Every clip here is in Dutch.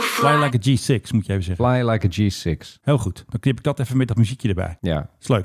Fly like a G6, moet je even zeggen. Fly like a G6. Heel goed. Dan knip ik dat even met dat muziekje erbij. Ja. Is leuk.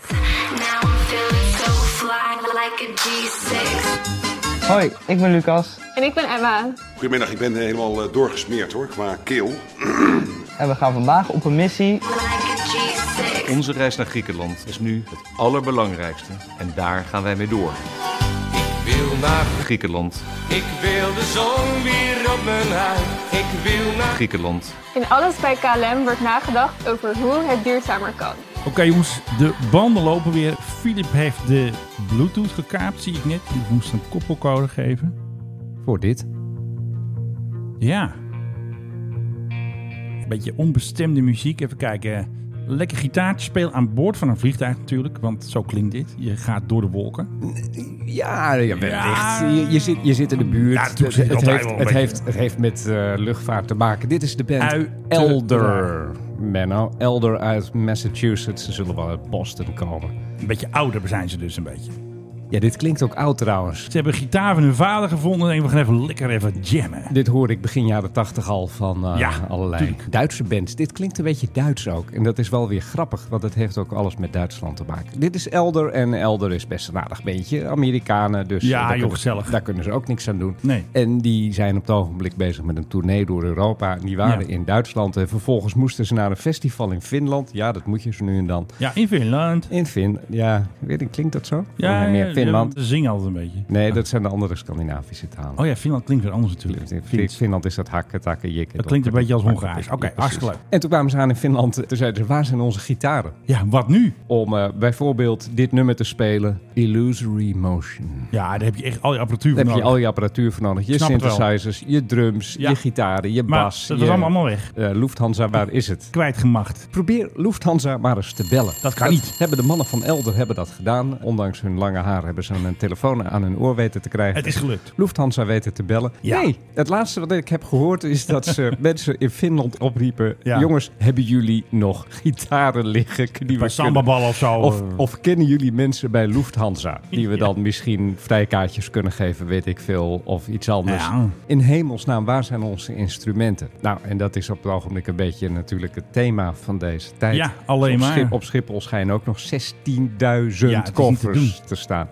Hoi, ik ben Lucas. En ik ben Emma. Goedemiddag, ik ben helemaal doorgesmeerd hoor, qua keel. En we gaan vandaag op een missie. Onze reis naar Griekenland is nu het allerbelangrijkste. En daar gaan wij mee door. Ik wil naar Griekenland. Ik wil de zon weer op mijn huid. Ik wil naar Griekenland. In alles bij KLM wordt nagedacht over hoe het duurzamer kan. Oké, jongens, de banden lopen weer. Philip heeft de Bluetooth gekaapt, zie ik net. Ik moest een koppelcode geven. Voor dit. Ja. Een beetje onbestemde muziek. Even kijken. Lekker gitaartje spelen aan boord van een vliegtuig natuurlijk. Want zo klinkt dit. Je gaat door de wolken. Ja, wellicht. Je zit in de buurt. Ja, het heeft met luchtvaart te maken. Dit is de band Elder. Menno. Elder uit Massachusetts. Ze zullen wel uit Boston komen. Een beetje ouder zijn ze dus een beetje. Ja, dit klinkt ook oud trouwens. Ze hebben een gitaar van hun vader gevonden en we gaan even lekker jammen. Dit hoorde ik begin jaren 80 al van allerlei tuurlijk. Duitse bands. Dit klinkt een beetje Duits ook. En dat is wel weer grappig, want het heeft ook alles met Duitsland te maken. Dit is Elder en Elder is best een aardig bandje. Amerikanen, dus gezellig. Daar kunnen ze ook niks aan doen. Nee. En die zijn op het ogenblik bezig met een tournee door Europa. En die waren in Duitsland en vervolgens moesten ze naar een festival in Finland. Ja, dat moet je zo nu en dan. Ja, in Finland. Ja, weet ik, klinkt dat zo? Ja, meer Finland. Ze zingen altijd een beetje. Nee, dat zijn de andere Scandinavische talen. Oh ja, Finland klinkt weer anders natuurlijk. In Finland is dat hakken, takken, jikken. Dat klinkt een beetje als Hongaars. Oké, hartstikke leuk. En toen kwamen ze aan in Finland. Toen zeiden ze, waar zijn onze gitaren? Ja, wat nu? Om bijvoorbeeld dit nummer te spelen. Illusory Motion. Ja, daar heb je echt al je apparatuur voor Daar nodig. heb je al je apparatuur voor nodig. Je synthesizers, je drums, je gitaren, je maar bas. dat was allemaal weg. Lufthansa, waar is het? Kwijtgemacht. Probeer Lufthansa maar eens te bellen. Dat kan niet. Hebben de mannen van Elder hebben dat gedaan. Ondanks hun lange haar hebben ze een telefoon aan hun oor weten te krijgen. Het is gelukt. Lufthansa weten te bellen. Ja. Nee, het laatste wat ik heb gehoord is dat ze mensen in Finland opriepen. Ja. Jongens, hebben jullie nog gitaren liggen? Bij sambabal of zo. Of kennen jullie mensen bij Lufthansa? Die we dan misschien vrijkaartjes kunnen geven, weet ik veel. Of iets anders. Ja. In hemelsnaam, waar zijn onze instrumenten? Nou, en dat is op het ogenblik een beetje natuurlijk het thema van deze tijd. Ja, alleen maar. Op Schiphol schijnen ook nog 16.000 Ja, koffers te staan.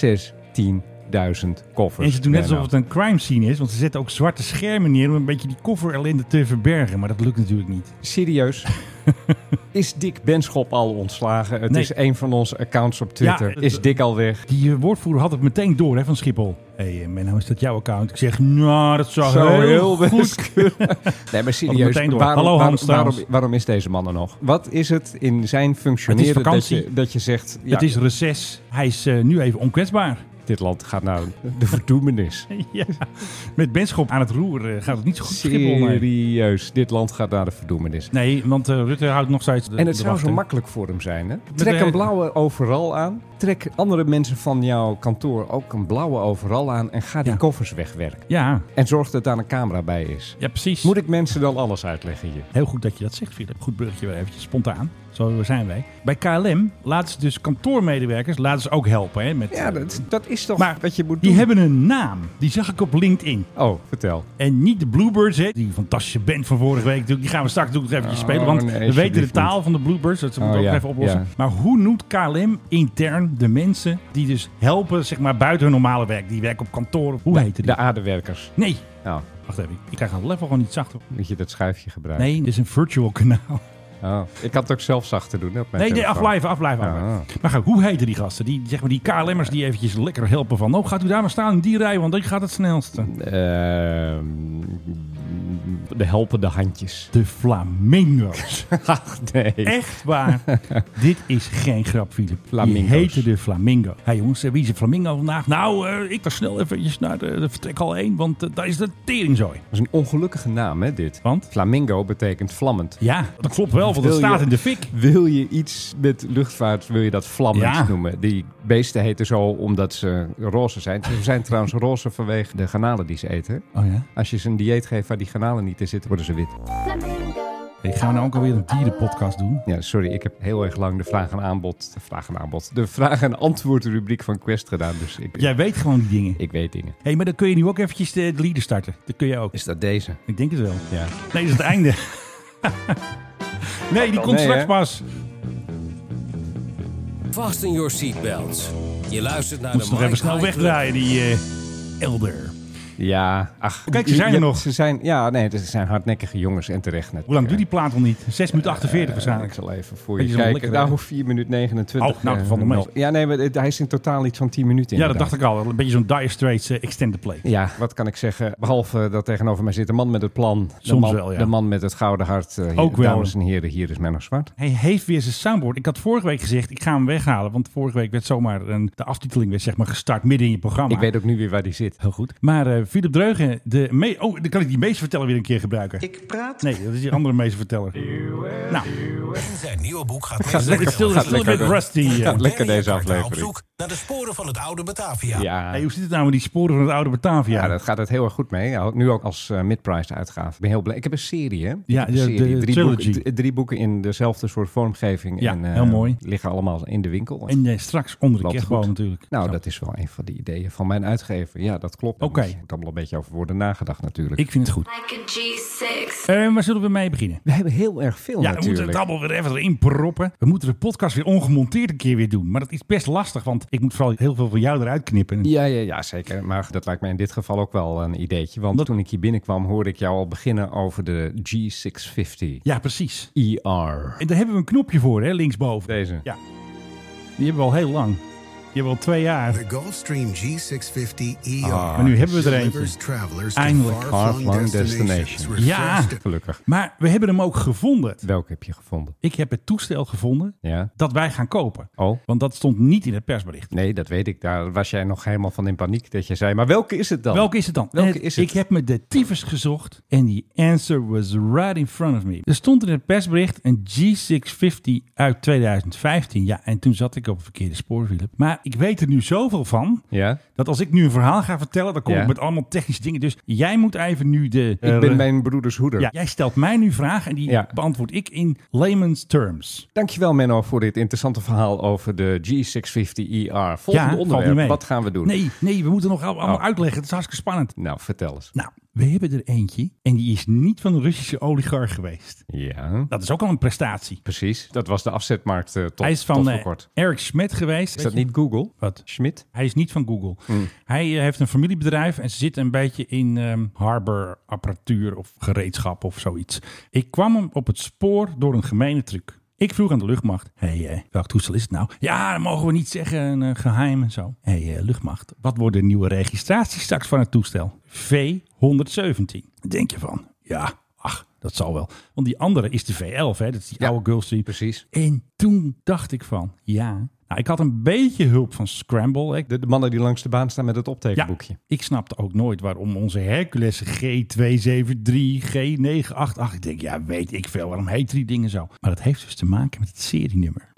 16.000 koffers. En ze doen net alsof het een crime scene is. Want ze zetten ook zwarte schermen neer om een beetje die koffer ellende te verbergen. Maar dat lukt natuurlijk niet. Serieus? Is Dick Benschop al ontslagen? Het is een van onze accounts op Twitter. Ja, is Dick al weg? Die woordvoerder had het meteen door hè, van Schiphol. Hé, Menno, is dat jouw account? Ik zeg, nou, dat zou heel goed kunnen. Nee, maar serieus. Waarom is deze man er nog? Wat is het in zijn functioneren dat je zegt... Ja, het is reces. Hij is nu even onkwetsbaar. Dit land gaat naar de verdoemenis. Ja, met Benschop aan het roer gaat het niet zo goed. Serieus, dit land gaat naar de verdoemenis. Nee, want Rutte houdt nog steeds En het zou zo makkelijk voor hem zijn. Hè? Trek een blauwe overal aan. Trek andere mensen van jouw kantoor ook een blauwe overal aan. En ga die koffers wegwerken. Ja. En zorg dat er daar een camera bij is. Ja, precies. Moet ik mensen dan alles uitleggen hier? Heel goed dat je dat zegt, Philip. Goed bruggetje weer eventjes spontaan. Zo zijn wij. Bij KLM laten ze dus kantoormedewerkers ook helpen. Hè, met, ja, dat is toch wat je moet doen. Die hebben een naam. Die zag ik op LinkedIn. Oh, vertel. En niet de Bluebirds, hè. Die fantastische band van vorige week. Die gaan we straks nog even spelen. Want we weten de taal van de Bluebirds. Dat moeten we ook even oplossen. Ja. Maar hoe noemt KLM intern de mensen die dus helpen, zeg maar, buiten hun normale werk? Die werken op kantoor. Hoe heet die? De aardewerkers. Nee. Oh. Wacht even. Ik krijg het level gewoon niet zachter. Moet je dat schuifje gebruiken? Nee, dit is een virtual kanaal. Oh, ik kan het ook zelf zachter doen. Nee, afblijven. Maar goed, hoe heten die gasten? Die KLM'ers die eventjes lekker helpen van... gaat u daar maar staan in die rij, want die gaat het snelste. De helpende handjes. De flamingo's. Ach, nee. Echt waar. Dit is geen grap, Philip. Die heten de flamingo. Hé jongens, wie is de flamingo vandaag? Nou, ik ga snel eventjes naar de vertrekhal 1, want daar is de teringzooi. Dat is een ongelukkige naam, hè, dit. Want? Flamingo betekent vlammend. Ja, dat klopt wel, want het staat in de fik. Wil je iets met luchtvaart, wil je dat vlammend noemen. Die beesten heten zo omdat ze roze zijn. Ze zijn trouwens roze vanwege de garnalen die ze eten. Oh ja? Als je ze een dieet geeft waar die garnalen niet in zitten, worden ze wit. Flamingo, Hey, gaan we nou ook alweer een dierenpodcast doen? Ja, sorry, ik heb heel erg lang de vraag en antwoord rubriek van Quest gedaan. Dus Jij weet gewoon die dingen. Ik weet dingen. Hey, maar dan kun je nu ook eventjes de leader starten. Dat kun je ook. Is dat deze? Ik denk het wel. Ja. Nee, dat is het einde. Nee, die komt straks pas. Fasten your seatbelts. Je luistert naar Moet de ze nog even Mike snel High wegdraaien, die Elder. Ja, ach. Kijk, ze zijn er nog. Ze zijn hardnekkige jongens en terecht net. Hoe lang duurt die plaat al niet? 6 minuten 48 waarschijnlijk. Ik zal even voor je kijken. Nou, 4 minuten 29. Oh, nou, van de meest. Ja, nee, maar hij is in totaal iets van 10 minuten. Ja, dat dacht ik al. Een beetje zo'n Dire Straits extended play. Ja, wat kan ik zeggen? Behalve dat tegenover mij zit een man met het plan. Soms wel, ja. De man met het gouden hart. Ook wel. Dames en heren, hier is Menno Zwart. Hij heeft weer zijn soundboard. Ik had vorige week gezegd, ik ga hem weghalen. Want vorige week werd zomaar de aftiteling werd, zeg maar, gestart midden in je programma. Ik weet ook nu weer waar die zit. Heel goed. Maar Philip Dreugen, dan kan ik die meesterverteller weer een keer gebruiken. Ik praat. Nee, dat is die andere meesterverteller. Nou. In zijn nieuwe boek gaat Het stil een bit rusty. Gaat lekker deze aflevering. op zoek naar de sporen van het oude Batavia. Ja. Hey, hoe zit het nou met die sporen van het oude Batavia? Ja, dat gaat het heel erg goed mee. Nu ook als mid-priced uitgave. Ik ben heel blij. Ik heb een serie, hè? Ja, de trilogy. Drie boeken in dezelfde soort vormgeving. Ja, en, heel mooi. Liggen allemaal in de winkel. En straks onder de Loopt kerstboom goed. natuurlijk. Nou, Zo. dat is wel een van de ideeën van mijn uitgever. Ja, dat klopt. Oké. Er moet allemaal een beetje over worden nagedacht natuurlijk. Ik vind het goed. Like a G6. Waar zullen we mee beginnen? We hebben heel erg veel Ja, natuurlijk. we moeten het allemaal weer even erin proppen. We moeten de podcast weer ongemonteerd een keer weer doen. Maar dat is best lastig, want ik moet vooral heel veel van jou eruit knippen. Ja, zeker. Maar dat lijkt mij in dit geval ook wel een ideetje. Want toen ik hier binnenkwam, hoorde ik jou al beginnen over de G650 Ja, precies. ER. En daar hebben we een knopje voor, hè, linksboven. Deze. Ja. Die hebben we al heel lang. Die hebben we al 2 jaar. The Gulfstream G650 ER. Maar nu hebben we er eentje. Eindelijk. Far-flung destinations. Ja, Gelukkig. maar we hebben hem ook gevonden. Welke heb je gevonden? Ik heb het toestel gevonden Ja. dat wij gaan kopen. Oh. Want dat stond niet in het persbericht. Nee, dat weet ik. Daar was jij nog helemaal van in paniek dat je zei. Maar welke is het dan? Welke is het dan? Welke is het? Ik heb me de tyfus gezocht en die answer was right in front of me. Er stond in het persbericht een G650 uit 2015. Ja, en toen zat ik op het verkeerde spoor, Philip. Maar ik weet er nu zoveel van, Ja. dat als ik nu een verhaal ga vertellen, dan kom Ja. ik met allemaal technische dingen. Dus jij moet even nu de... Ik ben mijn broeders hoeder. Ja, jij stelt mij nu vragen en die beantwoord ik in layman's terms. Dankjewel Menno voor dit interessante verhaal over de G650 ER. Volgende Valt onderwerp. niet mee. Wat gaan we doen? Nee, we moeten nog allemaal uitleggen. Het is hartstikke spannend. Nou, vertel eens. Nou, we hebben er eentje en die is niet van de Russische oligarch geweest. Ja, Dat is ook al een prestatie. precies. Dat was de afzetmarkt tot Hij is tot van voor kort. Eric Schmidt geweest. Is dat niet Google? Wat? Schmidt? Hij is niet van Google. Hij heeft een familiebedrijf en ze zitten een beetje in harborapparatuur of gereedschap of zoiets. Ik kwam hem op het spoor door een gemene truc. Ik vroeg aan de luchtmacht, welk toestel is het nou? Ja, dat mogen we niet zeggen, een geheim en zo. Luchtmacht, wat wordt de nieuwe registratie straks van het toestel? V117. Denk je van, ja, dat zal wel. Want die andere is de V11, hè? Dat is die oude Gulfstream. Precies. En toen dacht ik van, ja... Nou, ik had een beetje hulp van Scramble. De mannen die langs de baan staan met het optekenboekje. Ja, ik snapte ook nooit waarom onze Hercules G273, G988... Ik denk, ja, weet ik veel, waarom heet die dingen zo? Maar dat heeft dus te maken met het serienummer.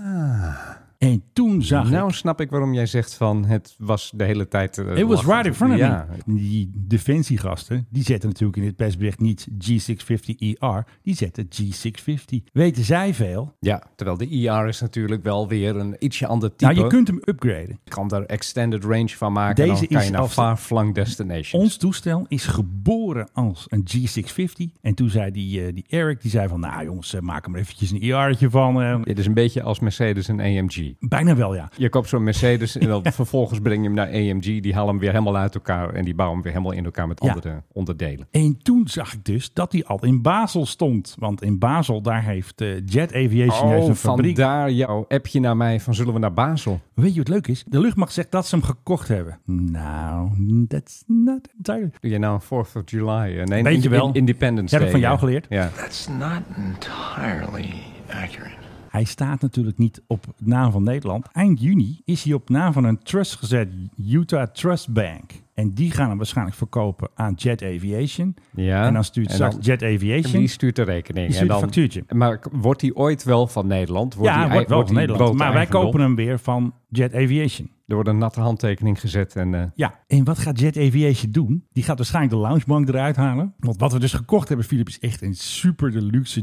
En toen zag ik... Nou snap ik waarom jij zegt van het was de hele tijd... It was right in front of ja. me. Die defensiegasten, die zetten natuurlijk in het persbericht niet G650ER. Die zetten G650. Weten zij veel? Ja, terwijl de ER is natuurlijk wel weer een ietsje ander type. Nou, je kunt hem upgraden. Je kan daar extended range van maken. Deze dan kan is je naar als- far-flung destinations. Ons toestel is geboren als een G650. En toen zei die Eric, die zei van... Nou jongens, maak er maar eventjes een ER'tje van. Dit is een beetje als Mercedes en AMG. Bijna wel, ja. Je koopt zo'n Mercedes en dan vervolgens breng je hem naar AMG. Die halen hem weer helemaal uit elkaar en die bouwen hem weer helemaal in elkaar met andere onderdelen. En toen zag ik dus dat hij al in Basel stond. Want in Basel, daar heeft Jet Aviation heeft een fabriek. Vandaar jouw appje naar mij van zullen we naar Basel? Weet je wat leuk is? De luchtmacht zegt dat ze hem gekocht hebben. Nou, that's not entirely. Doe je nou een 4th of July? Nee, Weet je wel. Independence Heb ik Day. van jou geleerd. Ja. That's not entirely accurate. Hij staat natuurlijk niet op naam van Nederland. Eind juni is hij op naam van een trust gezet. Utah Trust Bank. En die gaan hem waarschijnlijk verkopen aan Jet Aviation. Ja. En dan stuurt straks Jet Aviation. En die stuurt de rekening. Die stuurt en een factuurtje. Maar wordt die ooit wel van Nederland? Wordt wel van Nederland. Maar wij kopen hem weer van Jet Aviation. Er wordt een natte handtekening gezet. Ja, en wat gaat Jet Aviation doen? Die gaat waarschijnlijk de loungebank eruit halen. Want wat we dus gekocht hebben, Philip, is echt een super deluxe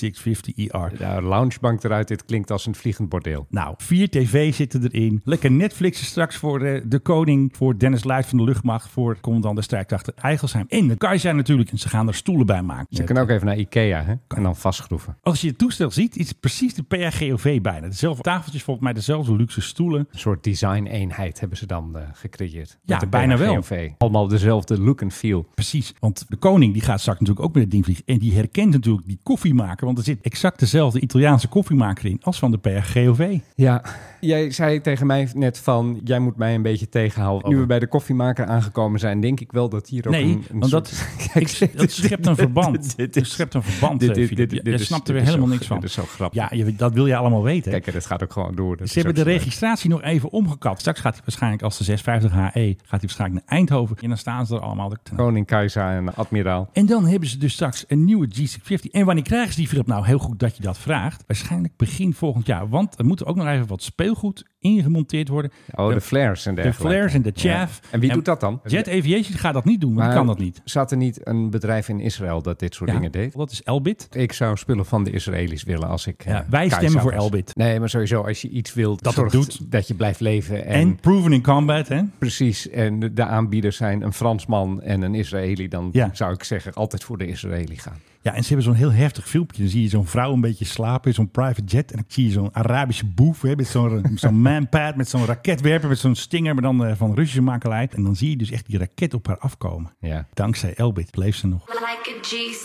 G650ER. Ja, loungebank eruit, dit klinkt als een vliegend bordeel. Nou, 4 tv's zitten erin. Lekker Netflixen straks voor de koning, voor Dennis Luit van de luchtmacht, voor commandant de strijdkrachten Eigelsheim. En de Kajsa natuurlijk. En ze gaan er stoelen bij maken. Ze kunnen ook even naar Ikea en dan vastschroeven. Als je het toestel ziet, is het precies de PHGOV bijna. Dezelfde tafeltjes, volgens mij dezelfde luxe stoelen. Een soort design-eenheid hebben ze dan gecreëerd. Ja, bijna wel. Allemaal dezelfde look en feel. Precies, want de koning die gaat straks natuurlijk ook met het ding vliegen. En die herkent natuurlijk die koffiemaker, want er zit exact dezelfde Italiaanse koffiemaker in als van de PHGOV. Ja, jij zei tegen mij net van, jij moet mij een beetje tegenhouden. Nu we bij de koffiemaker aangekomen zijn, denk ik wel dat hier ook want dat schept een verband. Het schept een verband, Philip. Je snapt er weer helemaal niks van. Dat is zo grappig. Ja, dat wil je allemaal weten. Kijk, dat gaat ook gewoon door. Ze hebben de registratie nog even omgekapt. Straks gaat hij waarschijnlijk als de 650HE, gaat hij waarschijnlijk naar Eindhoven. En dan staan ze er allemaal. Koning, Kajsa en admiraal. En dan hebben ze dus straks een nieuwe G650. En wanneer krijgen ze die, Philip? Nou, heel goed dat je dat vraagt. Waarschijnlijk begin volgend jaar. Want er moet ook nog even wat speelgoed ingemonteerd worden. De flares en dergelijke. De flares en de chaff. Ja. En wie doet dat dan? Jet Aviation gaat dat niet doen, want die kan dat niet. Zat er niet een bedrijf in Israël dat dit soort dingen deed? Dat is Elbit. Ik zou spullen van de Israëli's willen als ik wij stemmen voor Elbit. Nee, maar sowieso als je iets wilt dat het doet, dat je blijft leven. En proven in combat, hè? Precies. En de aanbieders zijn een Fransman en een Israëli. Dan zou ik zeggen altijd voor de Israëli gaan. Ja, en ze hebben zo'n heel heftig filmpje. Dan zie je zo'n vrouw een beetje slapen in zo'n private jet. En dan zie je zo'n Arabische boef met zo'n manpad, met zo'n raketwerper, met zo'n stinger, maar dan van Russische makelij. En dan zie je dus echt die raket op haar afkomen. Ja. Dankzij Elbit bleef ze nog. Like a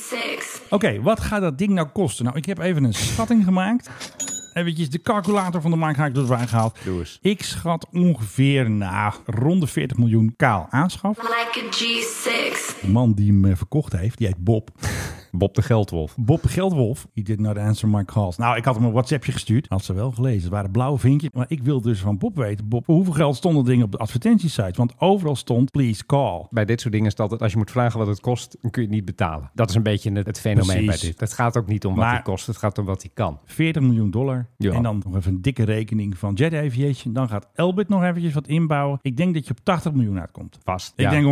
G6. Oké, wat gaat dat ding nou kosten? Nou, ik heb even een schatting gemaakt. Eventjes de calculator van de markt ga ik erbij gehaald. Doe eens. Ik schat ongeveer rond de 40 miljoen kaal aanschaf. Like a G6. De man die hem verkocht heeft, die heet Bob. Bob de Geldwolf. Bob de Geldwolf. He did not answer my calls. Nou, ik had hem een WhatsAppje gestuurd. Had ze wel gelezen. Het waren blauwe vinkjes. Maar ik wilde dus van Bob weten. Bob, hoeveel geld stonden dingen op de advertentiesite? Want overal stond please call. Bij dit soort dingen is het altijd, als je moet vragen wat het kost, dan kun je het niet betalen. Dat is een beetje het fenomeen bij dit. Het gaat ook niet om wat hij kost. Het gaat om wat hij kan. $40 miljoen. Ja. En dan nog even een dikke rekening van Jet Aviation. Dan gaat Elbit nog eventjes wat inbouwen. Ik denk dat je op 80 miljoen uitkomt. Vast. Ik denk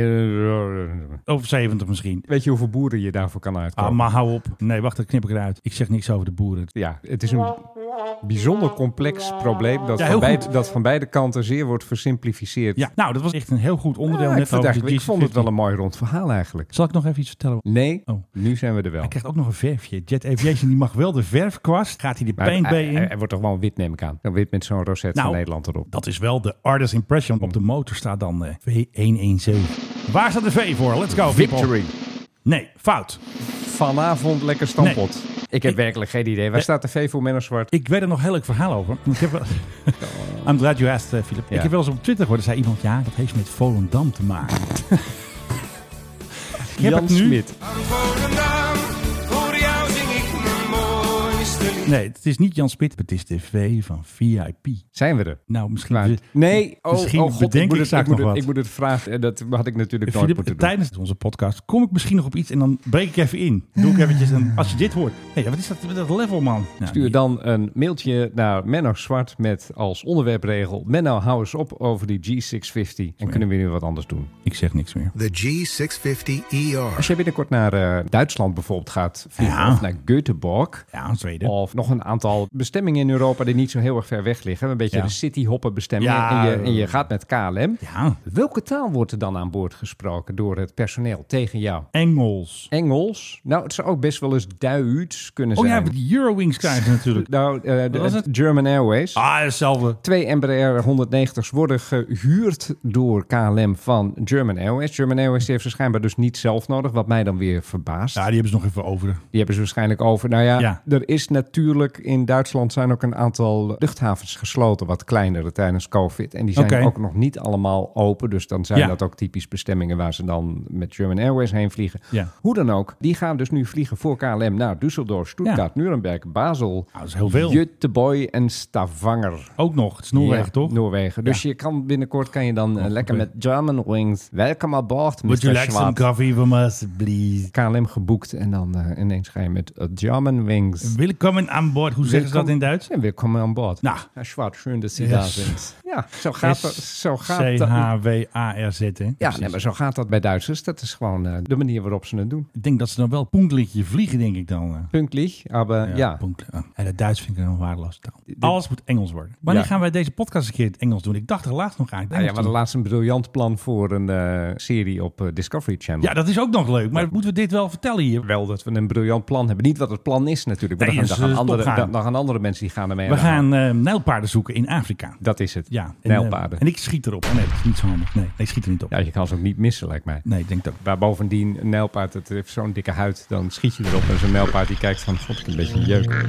ongeveer. Over 70 misschien. Weet je hoeveel boeren je daarvoor kan uitkomen? Maar hou op. Nee, wacht, dat knip ik eruit. Ik zeg niks over de boeren. Ja, het is een bijzonder complex probleem dat van beide kanten zeer wordt versimplificeerd. Ja, nou, dat was echt een heel goed onderdeel. Ik vond het wel een mooi rond verhaal eigenlijk. Zal ik nog even iets vertellen? Nee, nu zijn we er wel. Hij krijgt ook nog een verfje. Jet Aviation die mag wel de verfkwast. Gaat hij de paint bay in? Hij wordt toch wel wit, neem ik aan. Wit met zo'n roset van Nederland erop. Dat is wel de artist impression. Op de motor staat dan V117. Waar staat de V voor? Let's go, Victory. People. Nee, fout. Vanavond lekker stampot. Nee. Ik heb werkelijk geen idee. Waar staat de V voor Menno Zwart? Ik weet er nog een heel leuk verhaal over. Ik heb I'm glad you asked, Philip. Ja. Ik heb wel eens op Twitter gehoord, zei iemand, dat heeft met Volendam te maken. Jan Smit. Nee, het is niet Jan Smit, het is de V van VIP. Zijn we er? Nou, misschien... Nee, God, ik moet het vragen. Dat had ik natuurlijk nooit moeten doen. Tijdens onze podcast kom ik misschien nog op iets en dan breek ik even in. Doe ik eventjes als je dit hoort. Wat is dat level, man? Nou, stuur dan een mailtje naar Menno Zwart met als onderwerpregel: Menno, hou eens op over die G650 en kunnen we nu wat anders doen. Ik zeg niks meer. De G650ER. Als je binnenkort naar Duitsland bijvoorbeeld gaat vliegen, of naar Göteborg, Zweden, of nog een aantal bestemmingen in Europa die niet zo heel erg ver weg liggen, een beetje de cityhoppen bestemmingen, en je gaat met KLM. Ja. Welke taal wordt er dan aan boord gesproken door het personeel tegen jou? Engels. Nou, het zou ook best wel eens Duits kunnen zijn. Die Eurowings krijgen natuurlijk. Nou, German Airways. Hetzelfde. 2 Embraer 190's worden gehuurd door KLM van German Airways. German Airways heeft ze schijnbaar dus niet zelf nodig, wat mij dan weer verbaast. Ja, die hebben ze nog even over. Die hebben ze waarschijnlijk over. Nou ja, er is natuurlijk natuurlijk in Duitsland zijn ook een aantal luchthavens gesloten, wat kleinere tijdens COVID. En die zijn ook nog niet allemaal open. Dus dan zijn dat ook typisch bestemmingen waar ze dan met German Airways heen vliegen. Ja. Hoe dan ook, die gaan dus nu vliegen voor KLM naar Düsseldorf, Stuttgart, Nuremberg, Basel, dat is heel veel. Göteborg en Stavanger. Ook nog, het is Noorwegen toch? Noorwegen. Dus je kan binnenkort lekker met German Wings. Welcome aboard, Mr. Would you like some coffee from us, please? KLM geboekt en dan ineens ga je met German Wings. Welkom aan boord. Hoe zeggen ze dat in Duits? Ja, welkom aan boord. Nou. Herr Schwarz, schön dat Sie daar zijn. Ja, zo gaat C-H-W-A-R-Z, hè? Ja, nee, maar zo gaat dat bij Duitsers. Dat is gewoon de manier waarop ze het doen. Ik denk dat ze dan wel punktlichtje vliegen, denk ik dan. Punktlich, maar ja. Dat Duits vind ik een waardeloze taal. Alles moet Engels worden. Wanneer gaan wij deze podcast een keer in het Engels doen? Ik dacht er laatst nog aan. We hadden laatst een briljant plan voor een serie op Discovery Channel. Ja, dat is ook nog leuk. Maar moeten we dit wel vertellen hier? Wel dat we een briljant plan hebben. Niet wat het plan is natuurlijk. Maar dan gaan andere mensen die gaan ermee. We gaan nijlpaarden zoeken in Afrika. Dat is het. Ja, nijlpaarden. En ik schiet erop. Nee, dat is niet zo handig. Nee, ik schiet er niet op. Ja, je kan ze ook niet missen, lijkt mij. Nee, ik denk dat. Maar bovendien, een nijlpaard, het heeft zo'n dikke huid. Dan schiet je erop en zo'n nijlpaard die kijkt van, god, ik heb een beetje jeuk.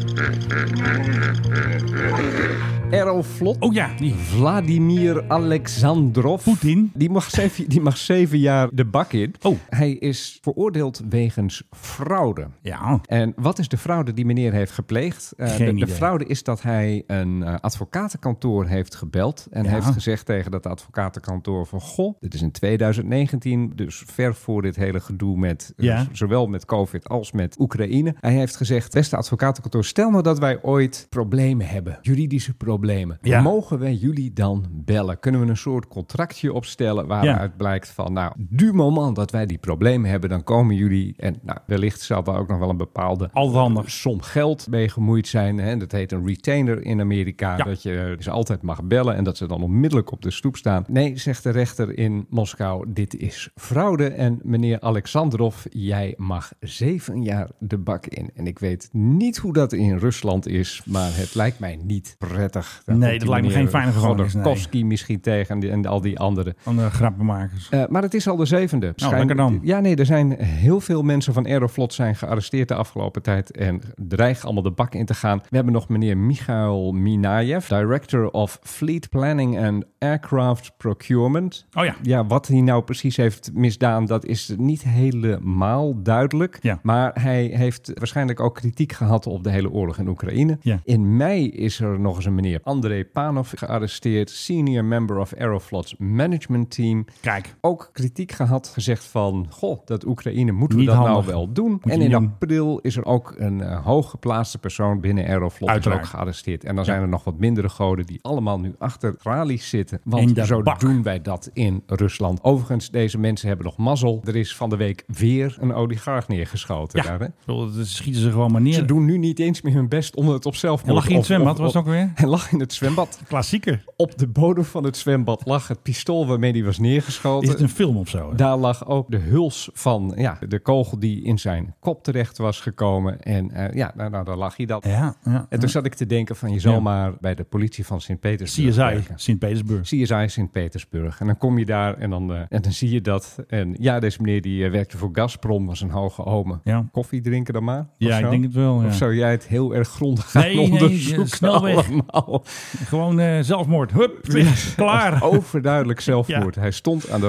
Aeroflot. Oh ja, die Vladimir Alexandrov. Poetin. Die mag 7 jaar de bak in. Oh. Hij is veroordeeld wegens fraude. Ja. En wat is de fraude die meneer heeft gepleegd? De fraude is dat hij een advocatenkantoor heeft gebeld. En heeft gezegd tegen dat advocatenkantoor van, goh, dit is in 2019, dus ver voor dit hele gedoe met zowel met COVID als met Oekraïne. Hij heeft gezegd, beste advocatenkantoor, stel nou dat wij ooit problemen hebben, juridische problemen. Mogen wij jullie dan bellen? Kunnen we een soort contractje opstellen waaruit blijkt van, nou, du moment dat wij die problemen hebben, dan komen jullie en wellicht zal daar ook nog wel een bepaalde som geld mee gemoeid zijn. Hè? Dat heet een retainer in Amerika, dat je ze altijd mag bellen en dat ze dan onmiddellijk op de stoep staan. Nee, zegt de rechter in Moskou, dit is fraude en meneer Alexandrov, jij mag 7 jaar de bak in. En ik weet niet hoe dat in Rusland is, maar het lijkt mij niet prettig. Nee, dat lijkt me geen fijne gevangenis. Kowski misschien tegen en al die andere. Andere grappenmakers. Maar het is al de 7e. Lekker dan. Ja, nee, er zijn heel veel mensen van Aeroflot zijn gearresteerd de afgelopen tijd en dreigen allemaal de bak in te gaan. We hebben nog meneer Michail Minayev, Director of Fleet Planning and Aircraft Procurement. Oh ja. Ja, wat hij nou precies heeft misdaan, dat is niet helemaal duidelijk. Ja. Maar hij heeft waarschijnlijk ook kritiek gehad op de hele oorlog in Oekraïne. Ja. In mei is er nog eens een meneer Andrei Panov gearresteerd, senior member of Aeroflot's management team. Kijk. Ook kritiek gehad, gezegd van, goh, dat Oekraïne, moeten we dat nou wel doen? En in april is er ook een hooggeplaatste persoon binnen Aeroflot ook gearresteerd. En dan zijn er nog wat mindere goden die allemaal nu achter tralies zitten. Want zo doen wij dat in Rusland. Overigens, deze mensen hebben nog mazzel. Er is van de week weer een oligarch neergeschoten. Ja, daar, hè? Schieten ze gewoon maar neer. Ze doen nu niet eens meer hun best om het op zelfmoord. En lag in het zwembad, was het ook weer? Hij lag in het zwembad. Klassieker. Op de bodem van het zwembad lag het pistool waarmee hij was neergeschoten. Is het een film of zo? Hè? Daar lag ook de huls van de kogel die in zijn kop terecht was gekomen. En daar lag hij dan. Ja, en toen zat ik te denken van, je zal maar bij de politie van Sint-Petersburg CSI Sint-Petersburg. CSI Sint-Petersburg. En dan kom je daar en dan zie je dat. En deze meneer die werkte voor Gazprom, was een hoge ome. Ja. Koffie drinken dan maar? Ja, ik denk het wel. Ja. Of zou jij het heel erg grondig gaan onderzoeken? Nee, snel weg. Allemaal? Gewoon zelfmoord. Hup, klaar. Overduidelijk zelfmoord. Hij stond aan de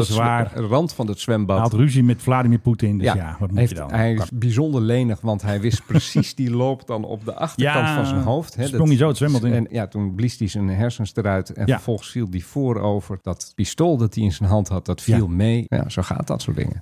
rand van het zwembad. Hij had ruzie met Vladimir Poetin. Dus wat moet je dan? Hij is bijzonder lenig, want hij wist precies die loop dan op de achterkant van zijn hoofd. Sprong hij zo het zwembad in. En toen blies hij zijn hersens eruit. En vervolgens viel hij voorover. Dat pistool dat hij in zijn hand had, dat viel mee. Ja, zo gaat dat soort dingen.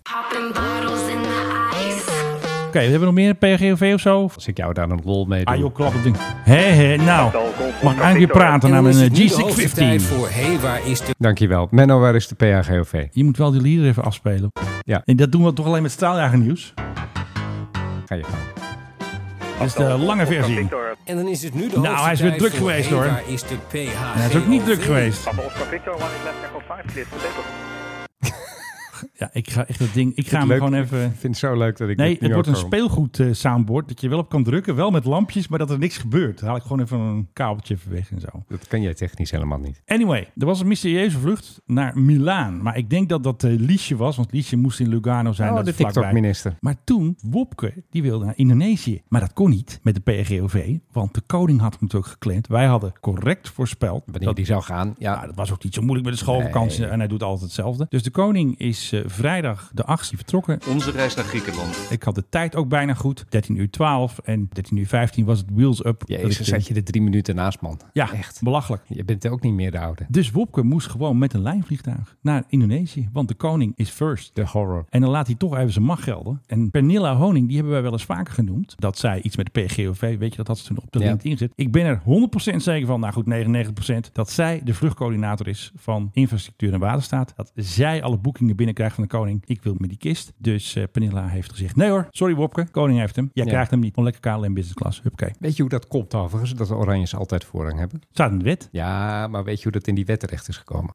Oké, we hebben nog meer PRGOV of zo? Als ik jou daar een lol mee doe. Ah joh, klap het ding. Nou, mag ik eigenlijk praten naar mijn G650. Dankjewel. Menno, waar is de PRGOV? Je moet wel die lieder even afspelen. Ja. En dat doen we toch alleen met straaljager nieuws? Ga je gang. Dat is de lange versie. En dan is het nu de Nou, hij is weer druk geweest hoor. Waar is de PHGOV? En hij is ook niet druk geweest. Ja, ik ga echt dat ding... Ik ga hem gewoon even... Ik vind het zo leuk dat ik... Nee, het wordt een speelgoed soundboard dat je wel op kan drukken. Wel met lampjes, maar dat er niks gebeurt. Dan haal ik gewoon even een kabeltje even weg en zo. Dat kan jij technisch helemaal niet. Anyway, er was een mysterieuze vlucht naar Milaan. Maar ik denk dat dat Liesje was, want Liesje moest in Lugano zijn. Oh, dat de is vlakbij. TikTok-minister. Maar toen, Wopke, die wilde naar Indonesië. Maar dat kon niet met de PRGOV, want de koning had hem natuurlijk geclaimd. Wij hadden correct voorspeld. Wanneer die zou gaan. Ja. Nou, dat was ook niet zo moeilijk met de schoolvakantie. Nee. En hij doet altijd hetzelfde. Dus de koning is vrijdag de 8e vertrokken. Onze reis naar Griekenland. Ik had de tijd ook bijna goed. 13:12 en 13:15 was het wheels up. Jezus, zat je er 3 minuten naast, man. Ja, echt belachelijk. Je bent ook niet meer de oude. Dus Wopke moest gewoon met een lijnvliegtuig naar Indonesië. Want de koning is first. De horror. En dan laat hij toch even zijn macht gelden. En Pernilla Honing, die hebben wij wel eens vaker genoemd. Dat zij iets met de PRGOV, weet je, dat had ze toen op de LinkedIn gezet. Ik ben er 100% zeker van, nou goed, 99%, dat zij de vluchtcoördinator is van infrastructuur en waterstaat. Dat zij alle boekingen binnenkrijgt van de koning. Ik wil met die kist. Dus Pernilla heeft gezegd, nee hoor, sorry Wopke, koning heeft hem. Jij krijgt hem niet. Gewoon lekker KLM business class. Huppakee. Weet je hoe dat komt overigens, dat de Oranjes altijd voorrang hebben? Staat in de wet. Ja, maar weet je hoe dat in die wet terecht is gekomen?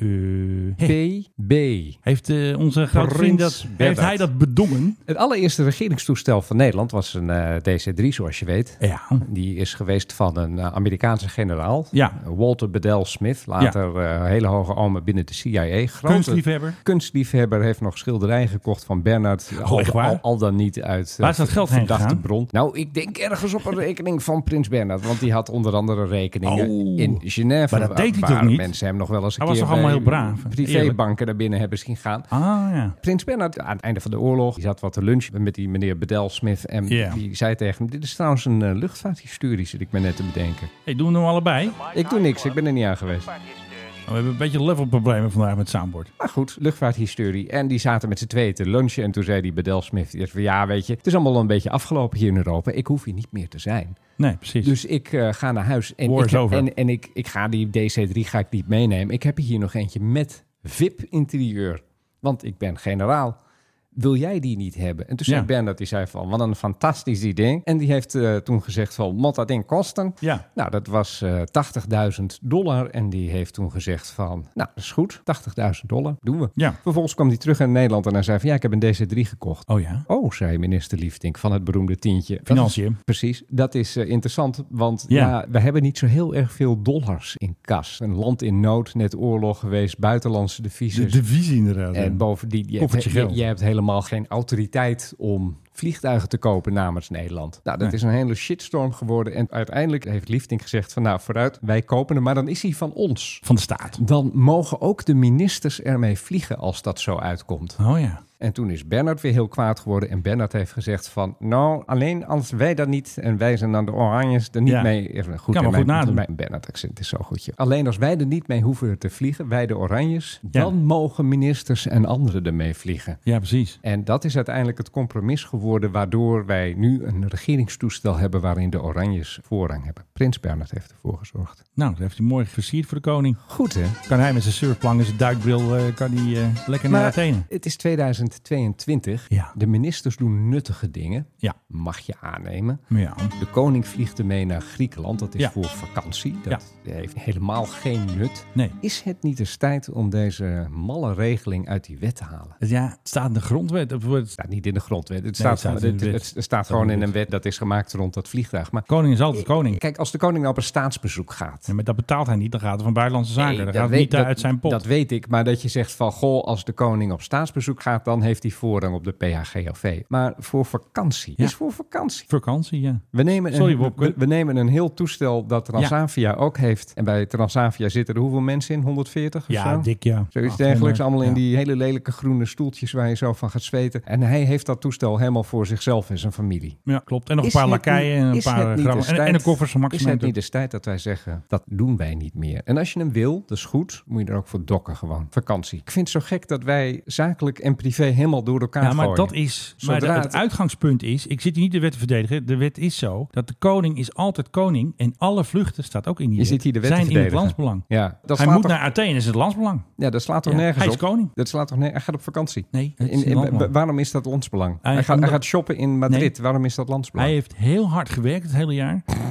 PB. Heeft onze grote vriend dat, heeft hij dat bedongen? Het allereerste regeringstoestel van Nederland was een DC-3, zoals je weet. Ja. Die is geweest van een Amerikaanse generaal. Ja. Walter Bedell Smith. Later hele hoge omen binnen de CIA. Kunstliefhebber heeft nog schilderijen gekocht van Bernard. Al dan niet uit waar is dat geld heen gegaan? Bron. Nou, ik denk ergens op een rekening van Prins Bernhard. Want die had onder andere rekeningen in Genève. Maar dat deed hij toch niet? Mensen hem nog wel eens een keer was toch allemaal heel braaf. Privébanken daar binnen hebben zien gaan. Ja. Prins Bernhard, aan het einde van de oorlog, die zat wat te lunchen met die meneer Bedell Smith. En die zei tegen hem, dit is trouwens een luchtvaarthistorie, zit ik me net te bedenken. Hey, doen we hem allebei? Ik doe niks, ik ben er niet aan geweest. We hebben een beetje levelproblemen vandaag met soundboard. Maar goed, luchtvaarthistorie. En die zaten met z'n tweeën te lunchen. En toen zei die Bedell Smith, ja weet je, het is allemaal een beetje afgelopen hier in Europa. Ik hoef hier niet meer te zijn. Nee, precies. Dus ik ga naar huis. En ik ga die DC-3 ga ik niet meenemen. Ik heb hier nog eentje met VIP-interieur. Want ik ben generaal. Wil jij die niet hebben? En toen zei Bernard, die zei van, wat een fantastisch idee. En die heeft toen gezegd van, moet dat ding kosten? Ja. Nou, dat was $80.000. En die heeft toen gezegd van, nou, dat is goed. $80.000, doen we. Ja. Vervolgens kwam hij terug in Nederland en hij zei van, ja, ik heb een DC-3 gekocht. Oh ja? Oh, zei minister Liefdink van het beroemde tientje. Financiën. Precies. Dat is interessant, want we hebben niet zo heel erg veel dollars in kas. Een land in nood, net oorlog geweest, buitenlandse deviezen. De devisie inderdaad. En bovendien, je hebt helemaal geen autoriteit om vliegtuigen te kopen namens Nederland. Nou, dat is een hele shitstorm geworden. En uiteindelijk heeft Liefdink gezegd van, nou, vooruit, wij kopen hem. Maar dan is hij van ons. Van de staat. Dan mogen ook de ministers ermee vliegen als dat zo uitkomt. Oh ja. En toen is Bernard weer heel kwaad geworden. En Bernard heeft gezegd van, nou, alleen als wij dat niet en wij zijn dan de Oranjes er niet mee. Goed, kan maar goed nadoen. Mijn Bernard-accent is zo goed. Alleen als wij er niet mee hoeven te vliegen, wij de Oranjes, dan mogen ministers en anderen ermee vliegen. Ja, precies. En dat is uiteindelijk het compromis geworden, waardoor wij nu een regeringstoestel hebben waarin de Oranjes voorrang hebben. Prins Bernard heeft ervoor gezorgd. Nou, dat heeft hij mooi versierd voor de koning. Goed, hè? Kan hij met zijn surfplank en zijn duikbril lekker naar Athene. Het is 2022. Ja. De ministers doen nuttige dingen. Ja. Mag je aannemen. Ja. De koning vliegt ermee naar Griekenland. Dat is voor vakantie. Dat heeft helemaal geen nut. Nee. Is het niet eens tijd om deze malle regeling uit die wet te halen? Ja, het staat in de grondwet. Het staat niet in de grondwet. Het staat gewoon in een wet dat is gemaakt rond dat vliegtuig. Maar koning is altijd koning. Kijk, als de koning nou op een staatsbezoek gaat. Ja, maar dat betaalt hij niet. Dan gaat het van buitenlandse zaken. Dan gaat het niet uit zijn pot. Dat weet ik. Maar dat je zegt van, goh, als de koning op staatsbezoek gaat, dan heeft hij voorrang op de PHGOV. Maar voor vakantie. Is voor vakantie. Vakantie, ja. We nemen een heel toestel dat Transavia ook heeft. En bij Transavia zitten er hoeveel mensen in? 140 of zo? Dik, ja. Zoiets dergelijks. Allemaal in die hele lelijke groene stoeltjes waar je zo van gaat zweten. En hij heeft dat toestel helemaal voor zichzelf en zijn familie. Ja, klopt. En nog een paar lakeien en een paar grammen. En een koffer van Maximus. Is het niet de tijd dat wij zeggen, dat doen wij niet meer. En als je hem wil, dat is goed, moet je er ook voor dokken gewoon. Vakantie. Ik vind het zo gek dat wij zakelijk en privé helemaal door elkaar gooien. Maar dat is... Maar het uitgangspunt is, ik zit hier niet de wet te verdedigen. De wet is zo, dat de koning is altijd koning. En alle vluchten, staat ook in die wet, zijn in het landsbelang. Ja, hij moet naar Athene, is het landsbelang. Ja, dat slaat toch nergens op? Hij is koning. Dat slaat toch hij gaat op vakantie. Nee, waarom is dat landsbelang? Hij gaat shoppen in Madrid. Waarom is dat landsbelang? Hij heeft heel hard gewerkt het hele jaar.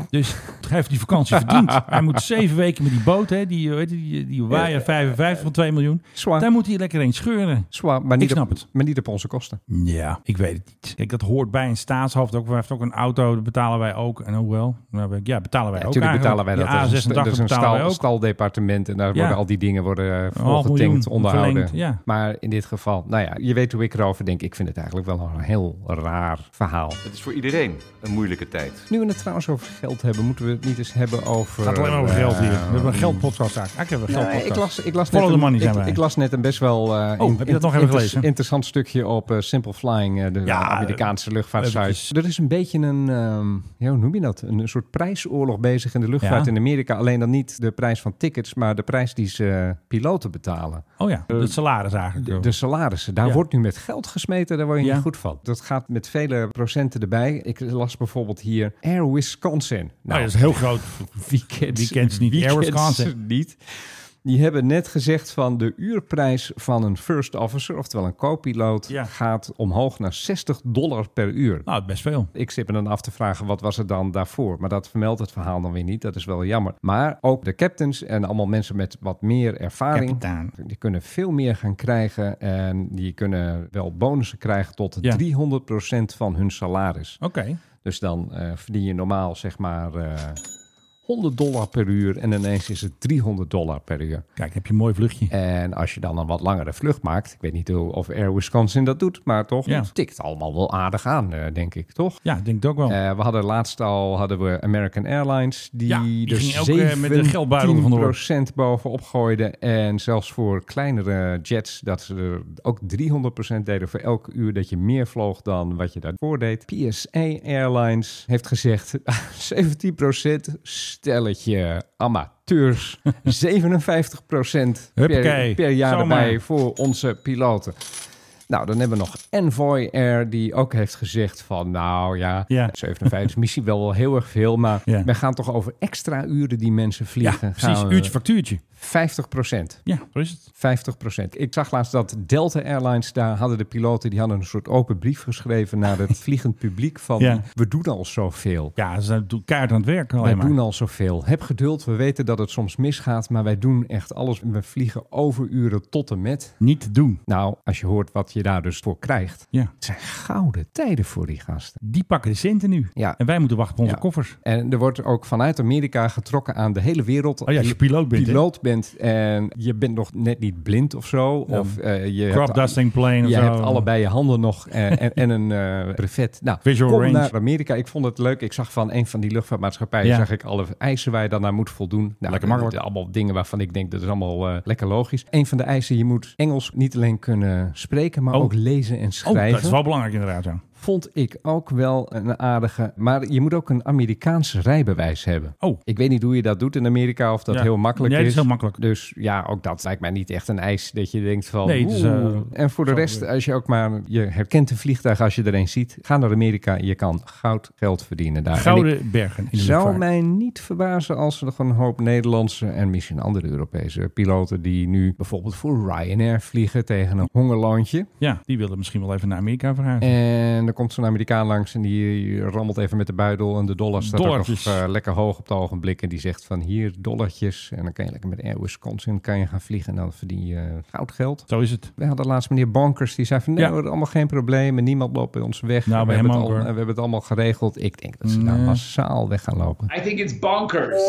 Dus hij heeft die vakantie verdiend. Hij moet 7 weken met die boot, hè, die Waaier 55 van 2 miljoen. Zwaar. Daar moet hij lekker heen scheuren. Zwaar, maar Ik snap het. Maar niet op onze kosten. Ja, ik weet het niet. Kijk, dat hoort bij een staatshoofd ook. Hij heeft ook een auto, dat betalen wij ook. En hoewel, betalen wij ook. Natuurlijk betalen wij dat. A86 dat is een staldepartement en daar worden al die dingen volgetankt, onderhouden. Ja. Maar in dit geval, nou ja, je weet hoe ik erover denk. Ik vind het eigenlijk wel een heel raar verhaal. Het is voor iedereen een moeilijke tijd. Nu we het trouwens over geld hebben, moeten we het niet eens hebben over... Het gaat alleen maar over geld hier. We hebben een geldpodcast. Ik heb een geldpodcast. Ik las net een best wel heb je dat nog even gelezen? Interessant stukje op Simple Flying, de Amerikaanse luchtvaartsite. Er is een beetje hoe noem je dat? Een soort prijsoorlog bezig in de luchtvaart in Amerika. Alleen dan niet de prijs van tickets, maar de prijs die ze piloten betalen. Oh ja, de salaris eigenlijk. De salarissen. Daar wordt nu met geld gesmeten, daar word je niet goed van. Dat gaat met vele procenten erbij. Ik las bijvoorbeeld hier Air Wisconsin. Nou, dat is heel groot. Wie kent ze niet? Air Wisconsin niet. Die hebben net gezegd van de uurprijs van een first officer, oftewel een co-piloot, gaat omhoog naar $60 per uur. Nou, best veel. Ik zit me dan af te vragen, wat was het dan daarvoor? Maar dat vermeldt het verhaal dan weer niet. Dat is wel jammer. Maar ook de captains en allemaal mensen met wat meer ervaring, die kunnen veel meer gaan krijgen en die kunnen wel bonussen krijgen tot 300% van hun salaris. Oké. Dus dan verdien je normaal zeg maar $100 per uur en ineens is het $300 per uur. Kijk, heb je een mooi vluchtje. En als je dan een wat langere vlucht maakt, ik weet niet of Air Wisconsin dat doet, maar toch, het tikt allemaal wel aardig aan, denk ik, toch? Ja, denk ik ook wel. We hadden laatst al American Airlines, die ging er ook met de geldbuidel vandoor 17% bovenop gooiden. En zelfs voor kleinere jets, dat ze er ook 300% deden voor elke uur dat je meer vloog dan wat je daarvoor deed. PSA Airlines heeft gezegd 17%. Stelletje amateurs, 57% per jaar erbij voor onze piloten. Nou, dan hebben we nog Envoy Air, die ook heeft gezegd van, 57 is misschien wel heel erg veel, maar we gaan toch over extra uren die mensen vliegen. Ja, precies, uurtje factuurtje. 50%. Ja, zo is het. 50%. Ik zag laatst dat Delta Airlines, daar hadden de piloten, die hadden een soort open brief geschreven naar het vliegend publiek van, we doen al zoveel. Ja, ze doen kaart aan het werk. Wij doen al zoveel. Heb geduld, we weten dat het soms misgaat, maar wij doen echt alles. We vliegen overuren tot en met. Niet te doen. Nou, als je hoort wat je daar dus voor krijgt. Ja. Het zijn gouden tijden voor die gasten. Die pakken de centen nu. Ja. En wij moeten wachten op onze koffers. En er wordt ook vanuit Amerika getrokken aan de hele wereld. Als je piloot bent. En je bent nog net niet blind of zo. Ja. Of je crop dusting plane of je zo. hebt allebei je handen nog en een brevet. Nou, visual kom range. naar Amerika. Ik vond het leuk. Ik zag van een van die luchtvaartmaatschappijen zag ik alle eisen waar je dan naar moet voldoen. Nou, lekker makkelijk. Allemaal dingen waarvan ik denk dat is allemaal lekker logisch. Een van de eisen, je moet Engels niet alleen kunnen spreken, maar ook lezen en schrijven. Dat is wel belangrijk inderdaad. Ja. Vond ik ook wel een aardige. Maar je moet ook een Amerikaans rijbewijs hebben. Oh. Ik weet niet hoe je dat doet in Amerika, of dat heel makkelijk is. Nee, dat is heel makkelijk. Dus ja, ook dat lijkt mij niet echt een eis dat je denkt van... Nee, het is, en voor de rest, als je ook maar... Je herkent een vliegtuig als je er een ziet. Ga naar Amerika, je kan geld verdienen daar. Gouden bergen in de zou luchtvaart. mij niet verbazen als er nog een hoop Nederlandse en misschien andere Europese piloten die nu bijvoorbeeld voor Ryanair vliegen tegen een hongerloontje. Ja, die willen misschien wel even naar Amerika verhuizen. En er komt zo'n Amerikaan langs en die rammelt even met de buidel en de dollar staat ook nog lekker hoog op het ogenblik. En die zegt van hier dollartjes en dan kan je lekker met Air Wisconsin kan je gaan vliegen en dan verdien je goud geld. Zo is het. We hadden laatst meneer Bonkers die zei van nee, hoor, allemaal geen probleem en niemand loopt bij ons weg. Nou, we hebben het allemaal geregeld. Ik denk dat ze nou massaal weg gaan lopen. I think it's bonkers.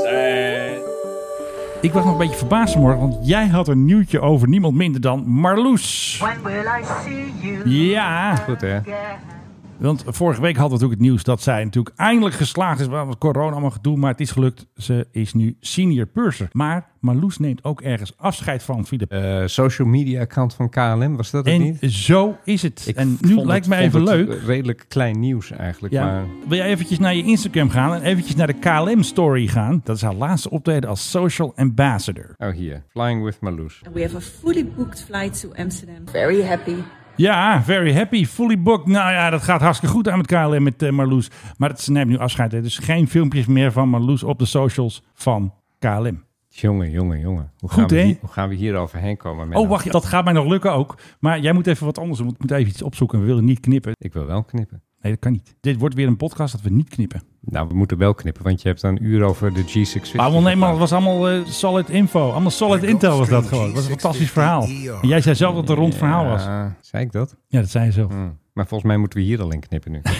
Ik was nog een beetje verbaasd vanmorgen, want jij had een nieuwtje over niemand minder dan Marloes. When will I see you? Ja. Goed hè? Want vorige week hadden we natuurlijk het nieuws dat zij natuurlijk eindelijk geslaagd is. Wat corona allemaal gedoe, maar het is gelukt. Ze is nu senior purser. Maar Marloes neemt ook ergens afscheid van, Philip. Social media account van KLM, was dat het en niet? Zo is het. En nu lijkt me even leuk. Redelijk klein nieuws eigenlijk. Ja. Maar... Wil jij eventjes naar je Instagram gaan en eventjes naar de KLM story gaan? Dat is haar laatste optreden als social ambassador. Oh hier, Flying with Marloes. We have a fully booked flight to Amsterdam. Very happy. Ja, very happy, fully booked. Nou ja, dat gaat hartstikke goed aan met KLM, met Marloes. Maar ze neemt nu afscheid. Hè. Dus geen filmpjes meer van Marloes op de socials van KLM. Jongen. Hoe gaan we hier overheen komen? Oh, wacht, dat gaat mij nog lukken ook. Maar jij moet even wat anders doen. We moeten even iets opzoeken. We willen niet knippen. Ik wil wel knippen. Nee, dat kan niet. Dit wordt weer een podcast dat we niet knippen. Nou, we moeten wel knippen, want je hebt een uur over de G650. Maar nee, man, het was allemaal solid info. Allemaal solid intel was dat gewoon. Het was een fantastisch verhaal. En jij zei zelf dat het een rond verhaal was. Zei ik dat? Ja, dat zei je zelf. Maar volgens mij moeten we hier al in knippen nu.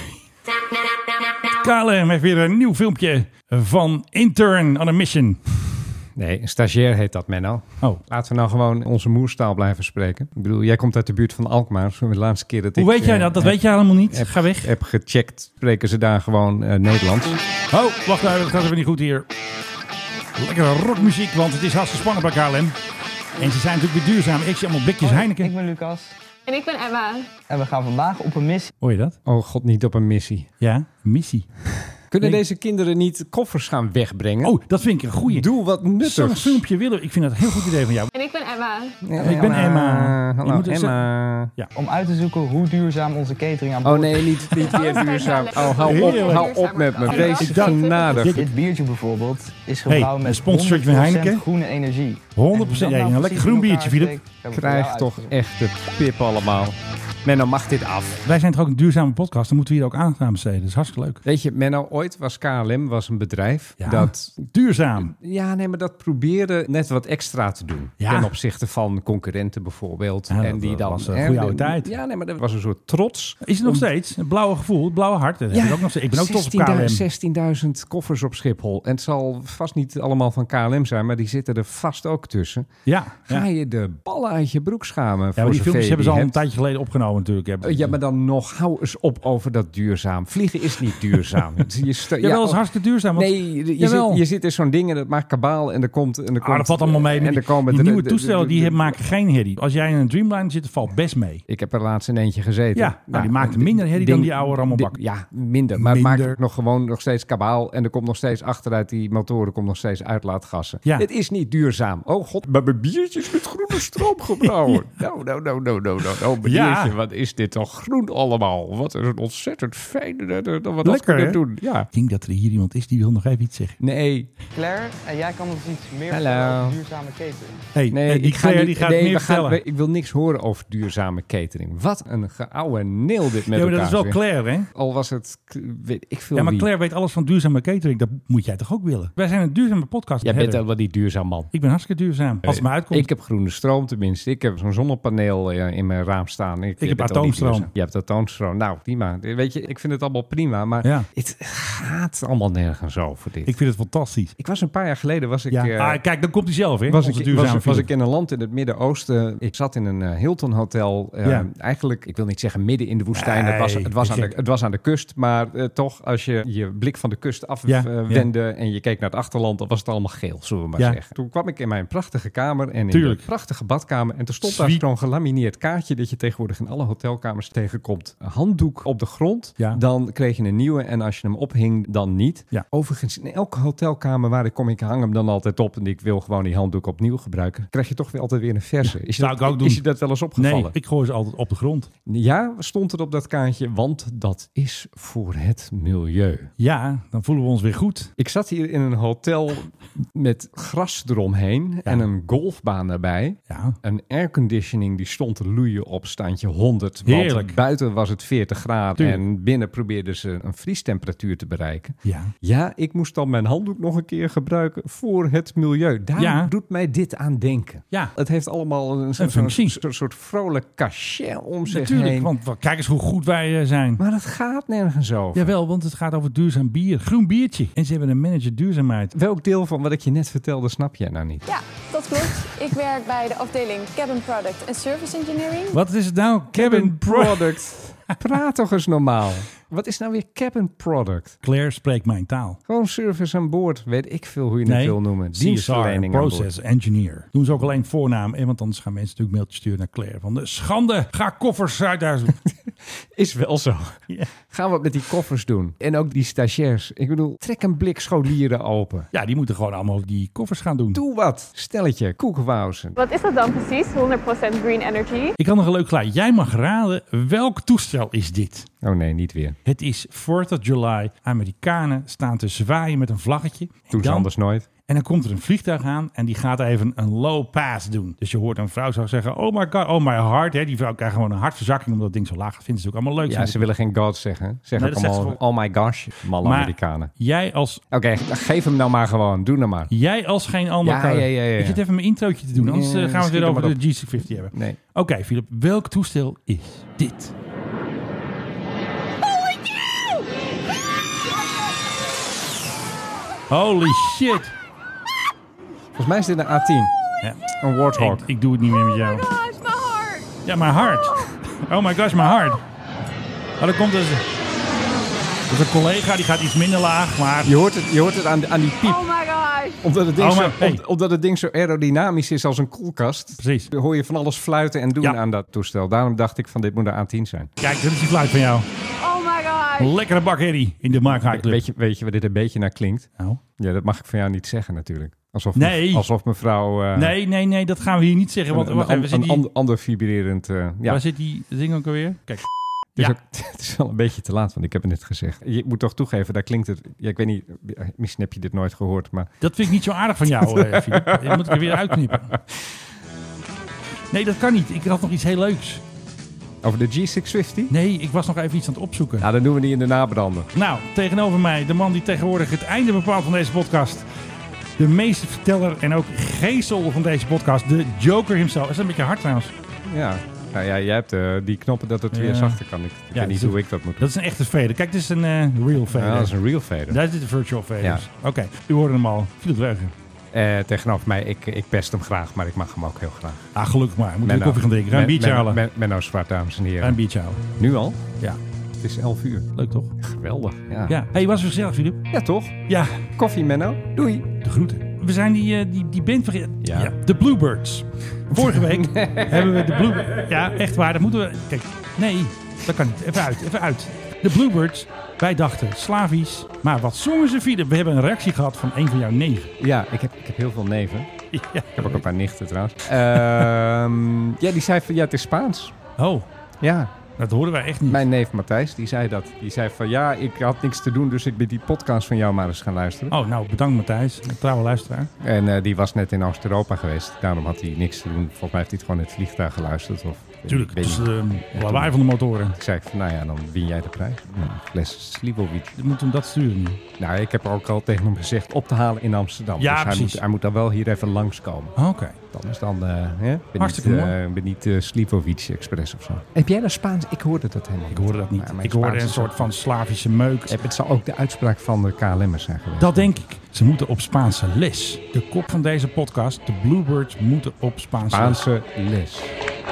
KLM heeft weer een nieuw filmpje van Intern on a Mission. Nee, een stagiair heet dat, Menno. Oh. Laten we nou gewoon onze moerstaal blijven spreken. Ik bedoel, jij komt uit de buurt van Alkmaar. Zo de laatste keer dat Hoe weet jij dat? Dat weet jij helemaal niet. Ga weg. Heb gecheckt, spreken ze daar gewoon Nederlands. Oh, wacht even, dat gaat even niet goed hier. Lekkere rockmuziek, want het is hartstikke spannend bij KLM. En ze zijn natuurlijk weer duurzaam. Ik zie allemaal blikjes Heineken. Ik ben Lucas. En ik ben Emma. En we gaan vandaag op een missie. Hoor je dat? Oh god, niet op een missie. Ja, een missie. Kunnen deze kinderen niet koffers gaan wegbrengen? Oh, dat vind ik een goeie. Doe wat nuttigs. Zo'n filmpje willen. Ik vind dat een heel goed idee van jou. En ik ben Emma. Ja, ik ben Emma. Hallo, Emma. Ja. Om uit te zoeken hoe duurzaam onze catering aan boord... Oh nee, niet weer duurzaam. Oh, hou op met me. Wees genadig. Dit biertje bijvoorbeeld is gebrouwen met 100% groene energie. 100%. Een lekker groen biertje, Philip. Krijg toch echt de pip allemaal. Menno, mag dit af? Wij zijn toch ook een duurzame podcast? Dan moeten we hier ook aandacht aan besteden. Dat is hartstikke leuk. Weet je, Menno, ooit was KLM een bedrijf dat... Duurzaam. Ja, nee, maar dat probeerde net wat extra te doen. Ja. Ten opzichte van concurrenten bijvoorbeeld. Ja, en die dan... was een goede oude tijd. Ja, nee, maar dat was een soort trots. Is het nog steeds? Het blauwe gevoel, het blauwe hart. Dat heb ik ook nog steeds. Ik ben ook trots op KLM. 16.000 koffers op Schiphol. En het zal vast niet allemaal van KLM zijn, maar die zitten er vast ook tussen. Ja. Ga je de ballen uit je broek schamen? Ja, maar die filmpjes hebben ze al een tijdje geleden opgenomen natuurlijk. Ja, maar dan nog, hou eens op over dat duurzaam. Vliegen is niet duurzaam. Jawel, is hartstikke duurzaam. Nee, je zit in zo'n ding en dat maakt kabaal en er komt... dat valt allemaal mee. En die nieuwe toestellen die maken geen herrie. Als jij in een Dreamliner zit, valt best mee. Ik heb er laatst in eentje gezeten. Ja, nou, die maakt minder herrie dan die oude rammelbak. Ja, minder. Maar het maakt nog steeds kabaal en er komt nog steeds achteruit die motoren komt nog steeds uitlaatgassen. Ja. Het is niet duurzaam. Oh god, maar mijn biertjes met groene stroom gebrouwen. Nou, biertje, wat is dit toch groen allemaal. Wat een ontzettend fijne dat we dat kunnen doen. Ja. Ik denk dat er hier iemand is die wil nog even iets zeggen. Nee. Claire, en jij kan ons iets meer vertellen over duurzame catering. Nee, die Claire die gaat meer vertellen. Ik wil niks horen over duurzame catering. Wat een geouwe neel dit met elkaar. Ja, maar dat is wel Claire, hè? Al was het, weet ik veel. Ja, maar Claire weet alles van duurzame catering. Dat moet jij toch ook willen? Wij zijn een duurzame podcast. Jij bent wel niet duurzaam, man. Ik ben hartstikke duurzaam. Als het me uitkomt. Ik heb groene stroom tenminste. Ik heb zo'n zonnepaneel in mijn raam staan. Ik heb atoomstroom. Je hebt atoomstroom. Nou, prima. Weet je, ik vind het allemaal prima. Maar het gaat allemaal nergens over dit. Ik vind het fantastisch. Ik was een paar jaar geleden... kijk, dan komt hij zelf, hè? Was ik in een land in het Midden-Oosten. Ik zat in een Hilton hotel. Eigenlijk, ik wil niet zeggen midden in de woestijn. Het was aan de kust. Maar toch, als je je blik van de kust afwendde... en je keek naar het achterland, dan was het allemaal geel, zullen we maar zeggen. Toen kwam ik in mijn prachtige kamer en in de prachtige badkamer. En er stond daar zo'n gelamineerd kaartje... dat je tegenwoordig in alle hotelkamers tegenkomt. Een handdoek op de grond. Ja. Dan kreeg je een nieuwe. En als je hem ophing, dan niet. Ja. Overigens, in elke hotelkamer waar ik kom, ik hang hem dan altijd op... en ik wil gewoon die handdoek opnieuw gebruiken... krijg je toch weer altijd weer een verse. Ja, is je dat wel eens opgevallen? Nee, ik gooi ze altijd op de grond. Ja, stond er op dat kaartje, want dat is voor het milieu. Ja, dan voelen we ons weer goed. Ik zat hier in een hotel met gras eromheen en een golfbaan erbij. Ja. Een airconditioning die stond te loeien op standje 100. Heerlijk. Want buiten was het 40 graden en binnen probeerden ze een vriestemperatuur te bereiken. Ja, ik moest dan mijn handdoek nog een keer gebruiken voor het milieu. Daar doet mij dit aan denken. Ja. Het heeft allemaal een soort vrolijk cachet om zich heen. Want kijk eens hoe goed wij zijn. Maar dat gaat nergens over. Jawel, want het gaat over duurzaam bier. Groen biertje. En ze hebben een manager duurzaamheid. Welk deel van wat ik je net vertelde snap jij nou niet? Ja, dat klopt. Ik werk bij de afdeling Cabin Product en Service Engineering. Wat is het nou? Cabin Product. Praat toch eens normaal. Wat is nou weer cabin product? Claire spreekt mijn taal. Gewoon service aan boord. Weet ik veel hoe je het wil noemen. Dienstverlening aan boord. Process Engineer. Doen ze ook alleen voornaam. Want anders gaan mensen natuurlijk mailtjes sturen naar Claire. Van de schande. Ga koffers uit daar. Is wel zo. Yeah. Gaan we wat met die koffers doen. En ook die stagiairs. Ik bedoel, trek een blik scholieren open. Ja, die moeten gewoon allemaal die koffers gaan doen. Doe wat. Stelletje. Koekenwausen. Wat is dat dan precies? 100% green energy? Ik had nog een leuk geluid. Jij mag raden. Welk toestel is dit? Oh nee, niet weer. Het is 4th of July. Amerikanen staan te zwaaien met een vlaggetje. Doen ze anders nooit. En dan komt er een vliegtuig aan en die gaat even een low pass doen. Dus je hoort een vrouw zo zeggen, oh my god, oh my heart. Hè? Die vrouw krijgt gewoon een hartverzakking omdat het ding zo laag gaat. Vinden ze ook allemaal leuk. Ja, ze willen geen god zeggen. Zeg ook allemaal, oh my gosh, malle Amerikanen. Jij als... Oké, geef hem nou maar gewoon. Doe nou maar. Jij als geen ander kan. Ja. Je zit even mijn introotje te doen. Anders gaan we het weer over de G650 hebben. Nee. Oké, Philip. Welk toestel is dit? Holy shit. Volgens mij is dit een A10. Ja. Een Warthog. Ik doe het niet meer met jou. Oh my gosh, my heart. Ja, mijn hart. Oh my gosh, mijn hart. Oh, dan komt dus een collega, die gaat iets minder laag, maar... Je hoort het aan die piep. Oh my gosh. Omdat het ding zo aerodynamisch is als een koelkast. Precies. Hoor je van alles fluiten en doen aan dat toestel. Daarom dacht ik van dit moet een A10 zijn. Kijk, dat is die fluit van jou. Oh my gosh. Een lekkere bak herrie in de Mark High Club. Weet je waar dit een beetje naar klinkt? Nou? Ja, dat mag ik van jou niet zeggen natuurlijk. Alsof mevrouw... Nee, dat gaan we hier niet zeggen. Want een ander vibrerend... Waar zit die ding ook alweer? Kijk. Het is wel een beetje te laat, want ik heb het net gezegd. Je moet toch toegeven, daar klinkt het... Ja, ik weet niet, misschien heb je dit nooit gehoord, maar... Dat vind ik niet zo aardig van jou, Filip. Dat moet ik er weer uitknippen. Nee, dat kan niet. Ik had nog iets heel leuks. Over de G650? Nee, ik was nog even iets aan het opzoeken. Nou, dan doen we die in de nabranden. Nou, tegenover mij, de man die tegenwoordig het einde bepaalt van deze podcast. De meeste verteller en ook geestel van deze podcast. De Joker himself. Is dat een beetje hard trouwens? Ja. Nou ja, jij hebt die knoppen dat het weer zachter kan. Ik weet niet hoe ik dat moet doen. Dat is een echte fader. Kijk, dit is een real fader. Ja, dat is een real fader. Daar zit de virtual fader. Ja. Oké, u hoorde hem al. Viel het leugen. Tegenover mij, ik pest hem graag, maar ik mag hem ook heel graag. Ah, gelukkig maar. Moet je koffie gaan drinken. Ga een biertje halen. Menno Zwart, dames en heren. Ga een biertje halen. Nu al? Ja. Het is 11 uur. Leuk toch? Geweldig. Ja. Hey, was het gezellig, Filip? Ja, toch? Ja. Koffie, Menno. Doei. De groeten. We zijn die band vergeten. Ja. De Bluebirds. Vorige week hebben we de Bluebirds. Ja, echt waar. Dat moeten we... Kijk, nee. Dat kan niet. Even uit. De Bluebirds. Wij dachten Slavisch. Maar wat zongen ze, Filip? We hebben een reactie gehad van een van jouw neven. Ja, ik heb heel veel neven. Ja. Ik heb ook een paar nichten trouwens. Die zei van het is Spaans. Oh. Ja. Dat hoorden wij echt niet. Mijn neef Matthijs, die zei dat. Die zei van ik had niks te doen, dus ik ben die podcast van jou maar eens gaan luisteren. Oh, nou bedankt Matthijs, een trouwe luisteraar. En die was net in Oost-Europa geweest. Daarom had hij niks te doen. Volgens mij heeft hij het gewoon in het vliegtuig geluisterd. Tuurlijk, dat is lawaai van de motoren. Ik zei van, dan win jij de prijs. Een fles Slivovic. Moeten we hem dat sturen nu? Nou, ik heb ook al tegen hem gezegd op te halen in Amsterdam. Ja, dus hij moet dan wel hier even langskomen. Oké. Dan is dan... ben niet Slivovic Express of zo. Heb jij dat Spaans? Ik hoorde dat helemaal Ik hoorde dat niet. Ik hoorde een soort van Slavische meuk. Het zal ook de uitspraak van de KLM'ers zijn geweest. Dat denk ik. Ze moeten op Spaanse les. De kop van deze podcast, de Bluebirds, moeten op Spaanse les.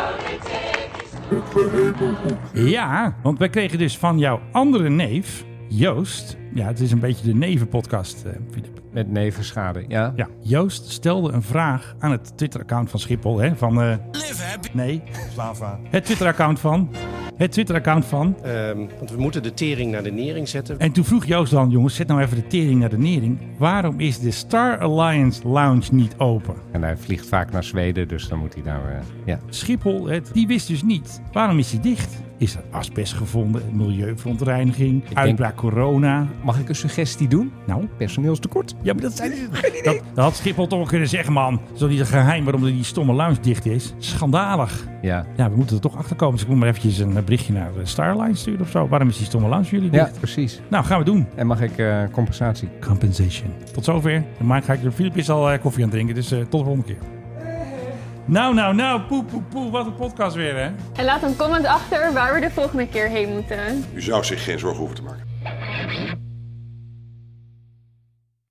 Ja, want wij kregen dus van jouw andere neef, Joost... Ja, het is een beetje de nevenpodcast, Filip. Met nevenschade, ja. Ja, Joost stelde een vraag aan het Twitter-account van Schiphol, hè, van... Live happy. Nee. Slava. Het Twitter-account van... Want we moeten de tering naar de nering zetten. En toen vroeg Joost dan, jongens, zet nou even de tering naar de nering. Waarom is de Star Alliance Lounge niet open? En hij vliegt vaak naar Zweden, dus dan moet hij daar... Schiphol, die wist dus niet. Waarom is hij dicht? Is er asbest gevonden? Milieuverontreiniging? Uitbraak corona? Mag ik een suggestie doen? Nou? Personeelstekort? Ja, maar dat had Schiphol toch kunnen zeggen, man. Dat is toch niet een geheim waarom die stomme lounge dicht is? Schandalig. Ja. Ja, we moeten er toch achter komen. Dus ik moet maar eventjes een berichtje naar de Starline sturen of zo. Waarom is die stomme lounge jullie dicht? Ja, precies. Nou, gaan we doen. En mag ik compensatie? Compensation. Tot zover. Dan ga ik de Filip is al koffie aan het drinken, dus tot de volgende keer. Nou, poe, wat een podcast weer, hè? En laat een comment achter waar we de volgende keer heen moeten. U zou zich geen zorgen hoeven te maken.